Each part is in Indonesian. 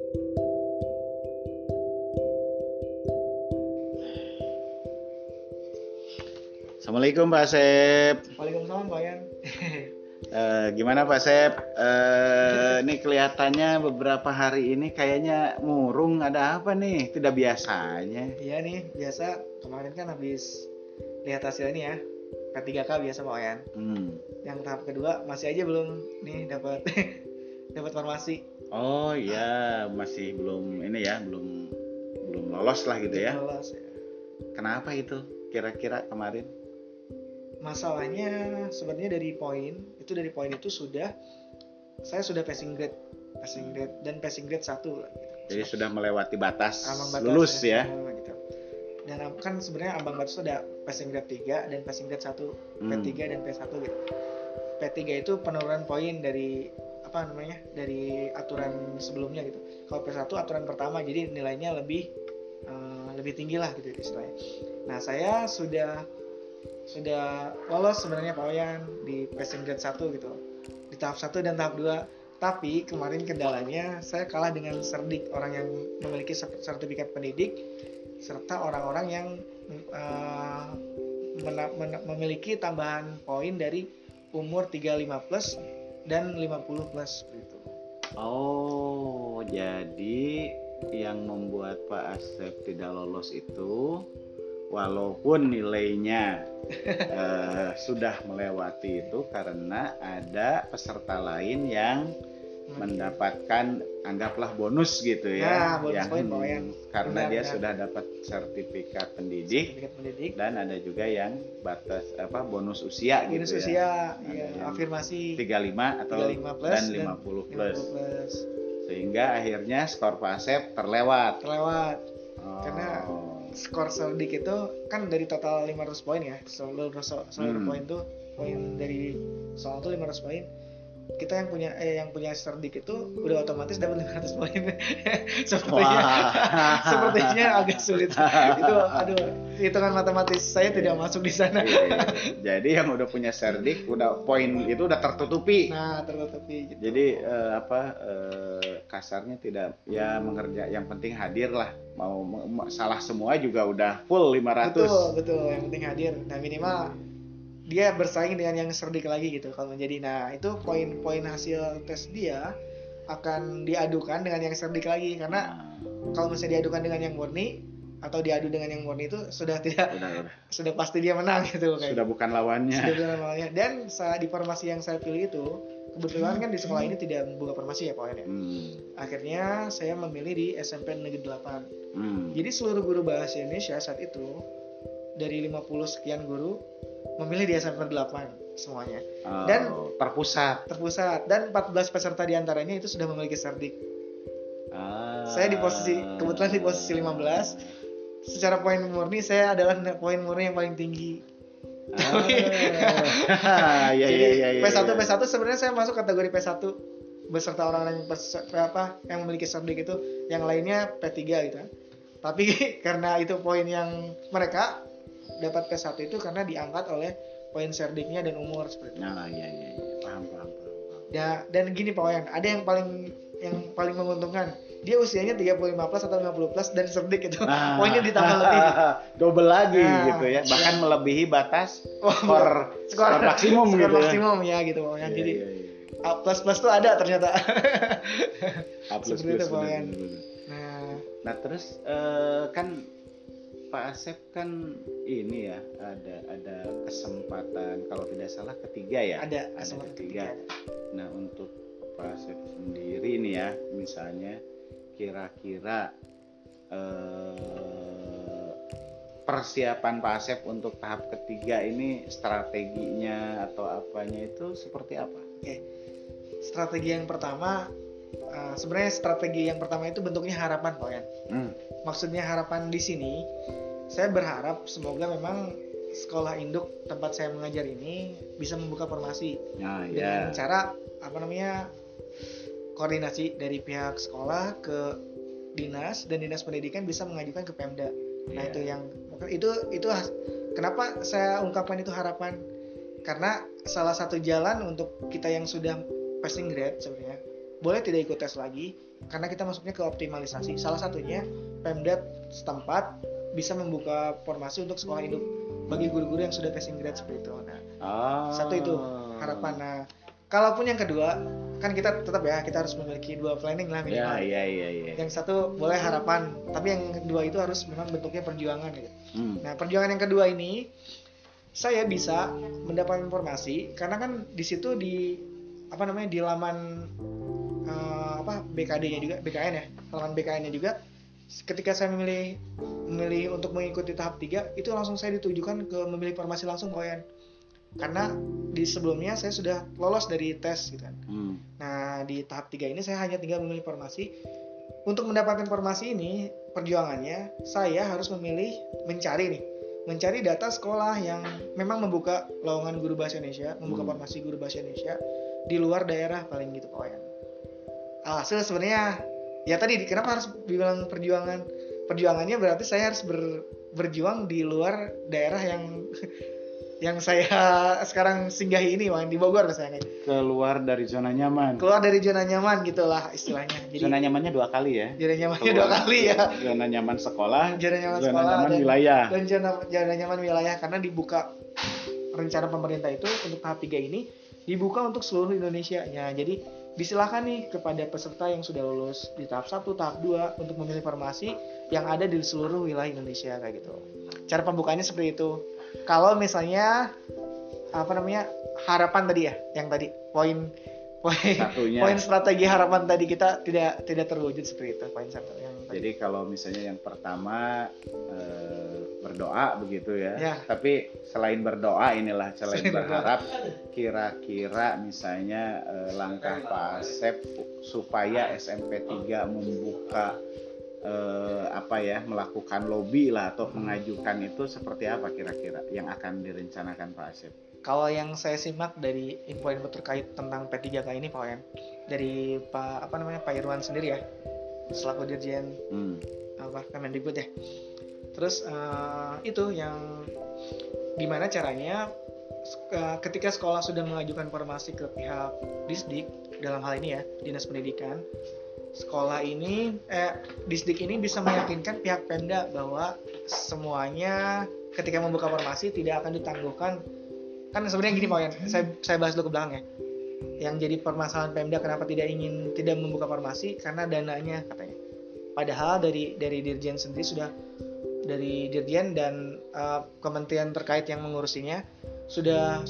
Assalamualaikum Pak Asep. Waalaikumsalam Pak Yan. Gimana Pak Asep? Ini kelihatannya beberapa hari ini kayaknya murung. Ada apa nih? Tidak biasanya. Iya nih, biasa kemarin kan habis lihat hasil ini ya, P3K biasa Pak Yan. Yang tahap kedua masih aja belum nih dapat dapat formasi. Oh iya, masih belum ini ya, belum lolos lah gitu ya. Lolos ya. Kenapa itu? Kira-kira kemarin? Masalahnya sebenarnya dari poin itu saya sudah passing grade dan passing grade 1 lah, gitu. Jadi sudah melewati batas batas lulus ya. Gitu. Dan kan sebenarnya ambang batas itu ada passing grade 3 dan passing grade 1, P3 dan P1 gitu. P3 itu penurunan poin dari dari aturan sebelumnya gitu. Kalau P1 aturan pertama, jadi nilainya lebih tinggi lah gitu istilahnya. Nah, saya sudah lolos sebenarnya Pak Oyan di passing grade 1 gitu, di tahap 1 dan tahap 2. Tapi kemarin kendalanya saya kalah dengan Serdik, orang yang memiliki sertifikat pendidik, serta orang-orang yang memiliki tambahan poin dari umur 35 plus dan 50 plus gitu. Oh, jadi yang membuat Pak Asep tidak lolos itu walaupun nilainya sudah melewati itu karena ada peserta lain yang mendapatkan anggaplah bonus gitu ya, bonus yang poin karena dia sudah dapat sertifikat pendidik dan ada juga yang batas bonus usia bonus gitu usia, ya, afirmasi 35 atau 35 plus dan 50 plus. Sehingga akhirnya skor Pak Asep terlewat. Karena skor Serdik itu kan dari total 500 poin ya, seluruh poin tuh, poin dari soal tuh 500 poin. Kita yang punya Serdik itu udah otomatis dapat 500 poin. Sepertinya agak sulit. Itu hitungan matematis saya tidak masuk di sana. Jadi yang udah punya Serdik, udah poin itu udah tertutupi. Nah, tertutupi gitu. Jadi kasarnya tidak ya mengerja, yang penting hadir lah. Mau salah semua juga udah full 500. Betul, yang penting hadir. Nah, minimal dia bersaing dengan yang Serdik lagi gitu kalau menjadi. Nah, itu poin-poin hasil tes dia akan diadukan dengan yang Serdik lagi, karena kalau misalnya diadukan dengan yang murni atau diadu dengan yang murni itu sudah sudah pasti dia menang gitu kayak. Sudah bukan lawannya. Dan di formasi yang saya pilih itu kebetulan kan di sekolah ini tidak membuka formasi ya Pak ya. Akhirnya saya memilih di SMP Negeri 8. Jadi seluruh guru bahasa Indonesia saat itu dari 50 sekian guru memilih di SMP 8 semuanya. Dan terpusat dan 14 peserta diantaranya itu sudah memiliki Serdik. Saya kebetulan di posisi 15. Secara poin murni saya adalah poin murni yang paling tinggi. P1 sebenarnya saya masuk kategori P1 beserta orang-orang yang memiliki Serdik itu, yang lainnya P3 gitu. Tapi karena itu poin yang mereka dapat P1 itu karena diangkat oleh poin Serdiknya dan umur seperti itu. Paham. Ya, dan gini Pak Wayan, ada yang paling menguntungkan. Dia usianya 35 plus atau 50 plus dan Serdik itu poinnya ditambah lebih. Double lagi gitu ya. Bahkan melebihi batas skor maksimum gitu. Skor maksimum ya gitu Pak Wayan. Jadi A plus tuh ada ternyata. A plus seperti itu Pak Wayan. Nah terus kan Pak Asep kan ini ya ada kesempatan kalau tidak salah ketiga ya. Ada kesempatan ketiga. Nah untuk Pak Asep sendiri nih ya, misalnya kira-kira persiapan Pak Asep untuk tahap ketiga ini strateginya atau apanya itu seperti apa? Strategi yang pertama, sebenarnya strategi yang pertama itu bentuknya harapan Pak Yan. Maksudnya harapan di sini, saya berharap semoga memang sekolah induk tempat saya mengajar ini bisa membuka formasi dengan cara koordinasi dari pihak sekolah ke dinas, dan dinas pendidikan bisa mengajukan ke Pemda. Nah itu kenapa saya ungkapkan itu harapan, karena salah satu jalan untuk kita yang sudah passing grade sebenarnya boleh tidak ikut tes lagi, karena kita masuknya ke optimalisasi. Salah satunya Pemda setempat bisa membuka formasi untuk sekolah induk bagi guru-guru yang sudah passing grade seperti itu. Nah, satu itu harapan. Nah, kalaupun yang kedua, kan kita tetap ya kita harus memiliki 2 planning lah minimal. Iya. Yang satu boleh harapan, tapi yang kedua itu harus memang bentuknya perjuangan gitu. Nah, perjuangan yang kedua ini saya bisa mendapat informasi karena kan di situ di di laman BKD-nya juga, BKN ya, laman BKN-nya juga. Ketika saya memilih untuk mengikuti tahap 3 itu langsung saya ditujukan ke memilih formasi langsung Koyan. Karena di sebelumnya saya sudah lolos dari tes gitu kan. Nah, di tahap 3 ini saya hanya tinggal memilih formasi. Untuk mendapatkan formasi ini, perjuangannya saya harus mencari data sekolah yang memang membuka lowongan guru bahasa Indonesia, membuka formasi guru bahasa Indonesia di luar daerah paling gitu Koyan. Alhasil sebenarnya ya tadi kenapa harus bilang perjuangannya berarti saya harus berjuang di luar daerah yang saya sekarang singgahi ini di Bogor misalnya. Keluar dari zona nyaman gitulah istilahnya. Jadi, zona nyamannya 2 kali ya. Zona nyamannya 2 kali ya. Zona nyaman sekolah, zona nyaman wilayah. Dan zona nyaman wilayah karena dibuka rencana pemerintah itu untuk tahap 3 ini dibuka untuk seluruh Indonesia. Ya, jadi disilakan nih kepada peserta yang sudah lulus di tahap 1, tahap 2 untuk memilih formasi yang ada di seluruh wilayah Indonesia kayak gitu. Cara pembukaannya seperti itu. Kalau misalnya harapan tadi ya, yang tadi poin strategi harapan tadi kita tidak terwujud seperti itu poin satu yang tadi. Jadi kalau misalnya yang pertama berdoa begitu ya. Tapi selain berdoa selain berharap kira-kira misalnya langkah Pak Asep supaya SMP 3 membuka melakukan lobby lah atau mengajukan itu seperti apa kira-kira yang akan direncanakan Pak Asep? Kalau yang saya simak dari info-info terkait tentang P3K ini Pak Yan, dari Pak Irwan sendiri ya, selaku Dirjen Kemendikbud ya. Terus itu yang gimana caranya ketika sekolah sudah mengajukan formasi ke pihak Disdik, dalam hal ini ya Dinas Pendidikan, sekolah ini Disdik ini bisa meyakinkan pihak Pemda bahwa semuanya ketika membuka formasi tidak akan ditangguhkan. Kan sebenarnya gini Pak Yan, saya bahas dulu ke belakang ya. Yang jadi permasalahan Pemda kenapa tidak membuka formasi karena dananya katanya. Padahal dari Dirjen sendiri sudah dari Dirjen dan kementerian terkait yang mengurusinya sudah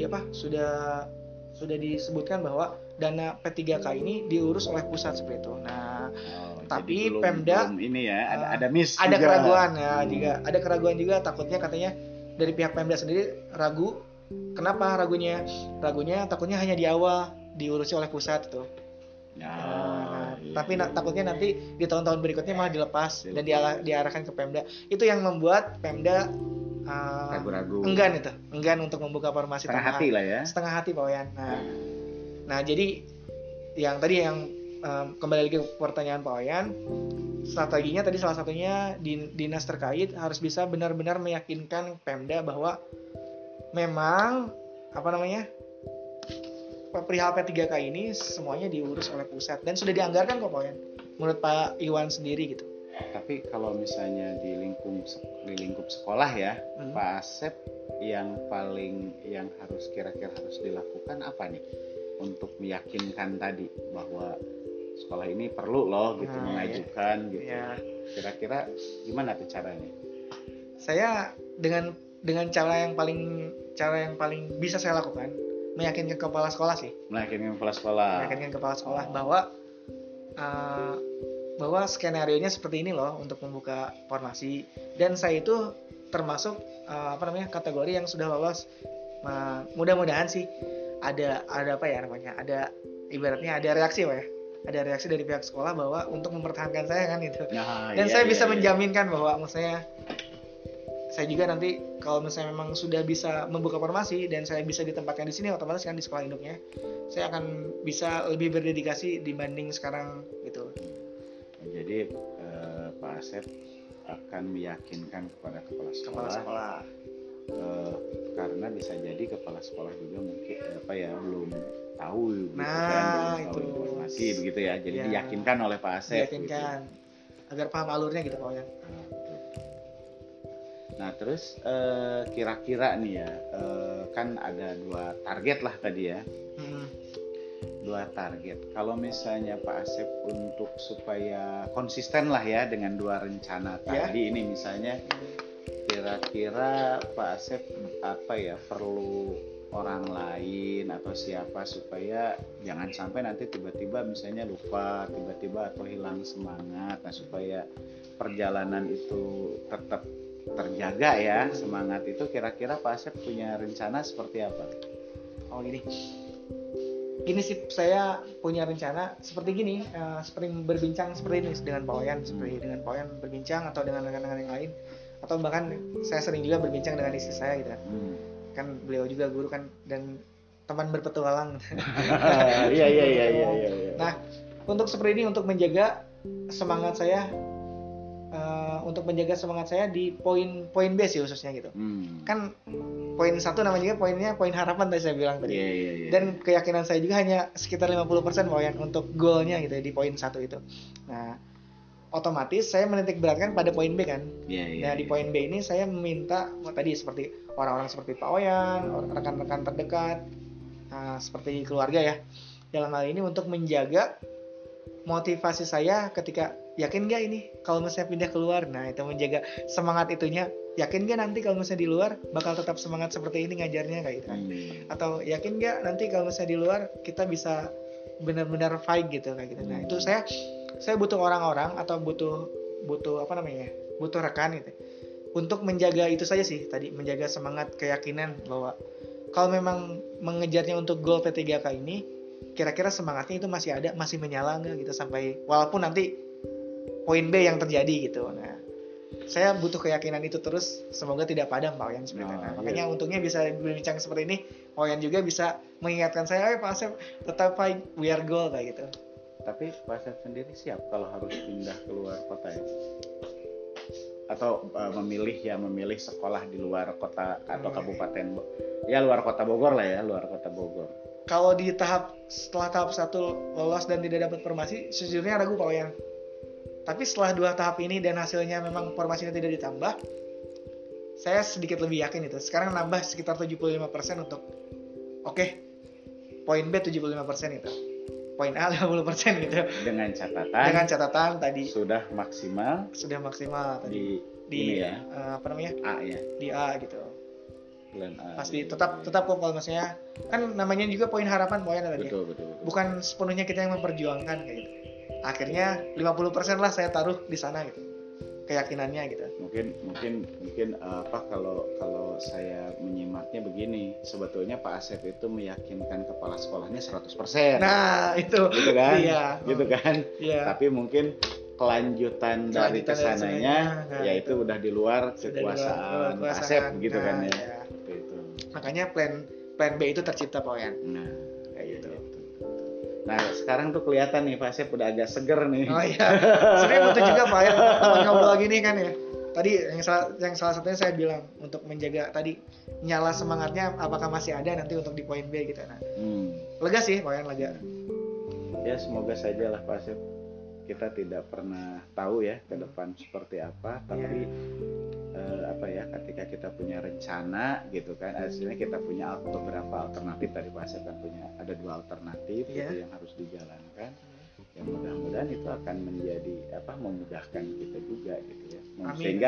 disebutkan bahwa dana P3K ini diurus oleh pusat seperti itu. Nah, tapi Pemda belum ini ya ada miss ada juga. Keraguan ya, juga ada keraguan juga, takutnya katanya dari pihak Pemda sendiri ragu. Kenapa ragunya? Ragunya takutnya hanya di awal diurusi oleh pusat itu. Tapi takutnya nanti di tahun-tahun berikutnya malah dilepas dan diarahkan ke Pemda. Itu yang membuat Pemda ragu-ragu, enggan untuk membuka formasi setengah hati lah ya. Setengah hati Pak Wayan. Nah jadi yang tadi yang kembali lagi ke pertanyaan Pak Wayan, strateginya tadi salah satunya dinas terkait harus bisa benar-benar meyakinkan Pemda bahwa memang perihal P3K ini semuanya diurus oleh pusat dan sudah dianggarkan kok Pak Wayan, menurut Pak Iwan sendiri gitu. Tapi kalau misalnya di lingkup sekolah ya, Pak Asep yang kira-kira harus dilakukan apa nih untuk meyakinkan tadi bahwa sekolah ini perlu loh gitu mengajukan gitu. Ya. Kira-kira gimana tuh caranya? Saya dengan cara yang paling bisa saya lakukan, meyakinkan kepala sekolah sih. Meyakinkan kepala sekolah bahwa skenario-nya seperti ini loh untuk membuka formasi, dan saya itu termasuk kategori yang sudah lolos. Mudah-mudahan sih ada ibaratnya ada reaksi Pak ya. Ada reaksi dari pihak sekolah bahwa untuk mempertahankan saya kan itu. Dan saya bisa menjaminkan bahwa maksudnya saya juga nanti kalau misalnya memang sudah bisa membuka formasi dan saya bisa ditempatkan di sini, otomatis kan di sekolah induknya saya akan bisa lebih berdedikasi dibanding sekarang gitu. Jadi Pak Asep akan meyakinkan kepada kepala sekolah. Karena bisa jadi kepala sekolah juga mungkin tahu gitu Nah, kan, tahu itu. informasi begitu ya. Jadi Ya. diyakinkan oleh Pak Asep. Diyakinkan agar paham alurnya gitu Pak Wayan. Nah terus kira-kira nih ya, kan ada 2 target lah tadi ya. 2 target. Kalau misalnya Pak Asep untuk supaya konsisten lah ya dengan 2 rencana tadi ini, misalnya kira-kira Pak Asep apa ya, perlu orang lain atau siapa supaya jangan sampai nanti tiba-tiba misalnya lupa tiba-tiba atau hilang semangat. Nah supaya perjalanan itu tetap terjaga ya semangat itu, kira-kira Pak Asep punya rencana seperti apa? Oh gini sih, saya punya rencana seperti gini, seperti berbincang seperti ini dengan Pak Wayan, seperti dengan Pak Wayan berbincang atau dengan rekan-rekan yang lain, atau bahkan saya sering juga berbincang dengan istri saya gitu kan beliau juga guru kan dan teman berpetualang. Iya. Nah untuk seperti ini, untuk menjaga semangat saya, di poin B sih khususnya gitu. Kan poin 1 namanya juga poin harapan tadi saya bilang tadi. Dan keyakinan saya juga hanya sekitar 50% Pak Wayan untuk goalnya gitu di poin 1 itu. Nah, otomatis saya menitik beratkan pada poin B kan. Nah, di poin B ini saya meminta tadi seperti orang-orang seperti Pak Wayan, rekan-rekan terdekat, seperti keluarga ya. Dalam hal ini untuk menjaga motivasi saya ketika yakin gak ini kalau misalnya pindah keluar. Nah itu menjaga semangat itunya. Yakin gak nanti kalau misalnya di luar bakal tetap semangat seperti ini ngajarnya kayak gitu kan. Atau yakin gak nanti kalau misalnya di luar kita bisa benar-benar fight gitu kayak gitu. Nah itu saya butuh orang-orang atau butuh apa namanya, butuh rekan gitu untuk menjaga itu saja sih tadi, menjaga semangat, keyakinan bahwa kalau memang mengejarnya untuk goal P3K ini, kira-kira semangatnya itu masih ada, masih menyala nggak gitu sampai walaupun nanti poin B yang terjadi gitu. Nah, saya butuh keyakinan itu terus, semoga tidak padam Pak Wayan seperti itu. Nah, makanya untungnya bisa berbincang seperti ini, Pak Wayan juga bisa mengingatkan saya, Pak Asep tetap fight, we are goal kayak gitu. Tapi Pak Asep sendiri siap kalau harus pindah keluar kota ya? Atau memilih sekolah di luar kota atau kabupaten, ya luar kota Bogor lah ya, luar kota Bogor. Kalau setelah tahap 1 lolos dan tidak dapat formasi, sejujurnya ragu Pak Wayan. Tapi setelah 2 tahap ini dan hasilnya memang formasinya tidak ditambah, saya sedikit lebih yakin itu. Sekarang nambah sekitar 75% untuk poin B 75% itu. Poin A 50% gitu. Dengan catatan tadi sudah maksimal tadi di ini ya. Apa namanya? A ya. Di A gitu. Plan A. Pasti tetap kok kalau maksudnya kan namanya juga poin harapan tadi. Betul. Bukan sepenuhnya kita yang memperjuangkan kayak gitu. Akhirnya 50% lah saya taruh di sana gitu. Keyakinannya gitu. Mungkin kalau saya menyimaknya begini, sebetulnya Pak Asep itu meyakinkan kepala sekolahnya 100%. Nah, itu. Gitu kan? Iya. Gitu kan? Iya. Tapi mungkin kelanjutan dari kesananya yaitu udah di luar kekuasaan Pak Asep gitu kan ya. Iya. Itu. Makanya plan B itu tercipta Pak Wayan. Nah, kayak gitu. Nah sekarang tuh kelihatan nih Pak Asep udah agak seger nih. Oh iya, sebenarnya butuh juga Pak ya teman ngobrol gini kan ya. Tadi yang salah satunya saya bilang untuk menjaga tadi nyala semangatnya apakah masih ada nanti untuk di poin B gitu. Nah, lega sih Pak Yan, lega. Ya semoga saja lah Pak Asep. Kita tidak pernah tahu ya ke depan seperti apa, tapi ketika kita punya rencana gitu kan, hasilnya kita punya beberapa alternatif. Tadi Pak Asep kan punya ada 2 alternatif gitu yang harus dijalankan. Yang mudah-mudahan itu akan menjadi memudahkan kita juga gitu ya. Sehingga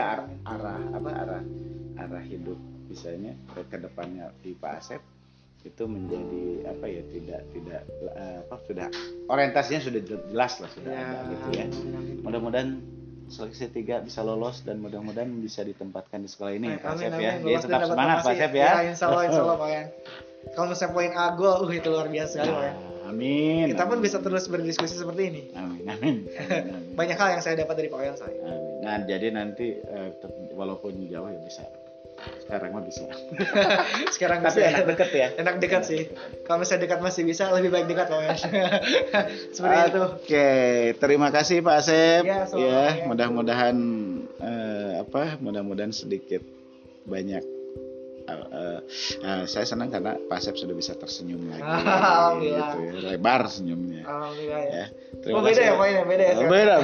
arah hidup misalnya ke depannya di Pak Asep itu menjadi tidak sudah orientasinya sudah jelas lah, sudah ada gitu ya. Mudah-mudahan seleksi 3 bisa lolos dan mudah-mudahan bisa ditempatkan di sekolah ini Pak Asep ya. Dia tetap semangat Pak Asep ya. Insya Allah Pak Yan. Kalau misalnya poin A gol itu luar biasa Pak Yan. Amin. Kita pun bisa terus berdiskusi seperti ini. Amin. Banyak hal yang saya dapat dari Pak Wayan saya. Amin. Nah, jadi nanti walaupun jauh ya bisa. Sekarang mah bisa. Sekarang tapi bisa. Enak dekat ya. Enak dekat sih. Kalau misalnya dekat masih bisa, lebih baik dekat Pak Wayan. Seperti itu. Oke, terima kasih Pak Asep. Ya, mudah-mudahan mudah-mudahan sedikit banyak Saya senang karena Pak Asep sudah bisa tersenyum lagi. Alhamdulillah. Gitu ya. Lebar senyumnya. Alhamdulillah ya. Terima Beda kasih. ya poinnya, beda ya.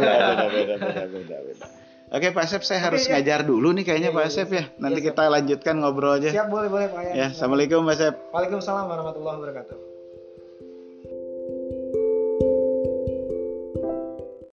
Beda. Oke Pak Asep, saya harus ngajar dulu nih kayaknya Pak Asep ya. Nanti kita lanjutkan ngobrolnya. Siap, boleh Pak ya. Ya, assalamualaikum Pak Asep. Waalaikumsalam warahmatullahi wabarakatuh.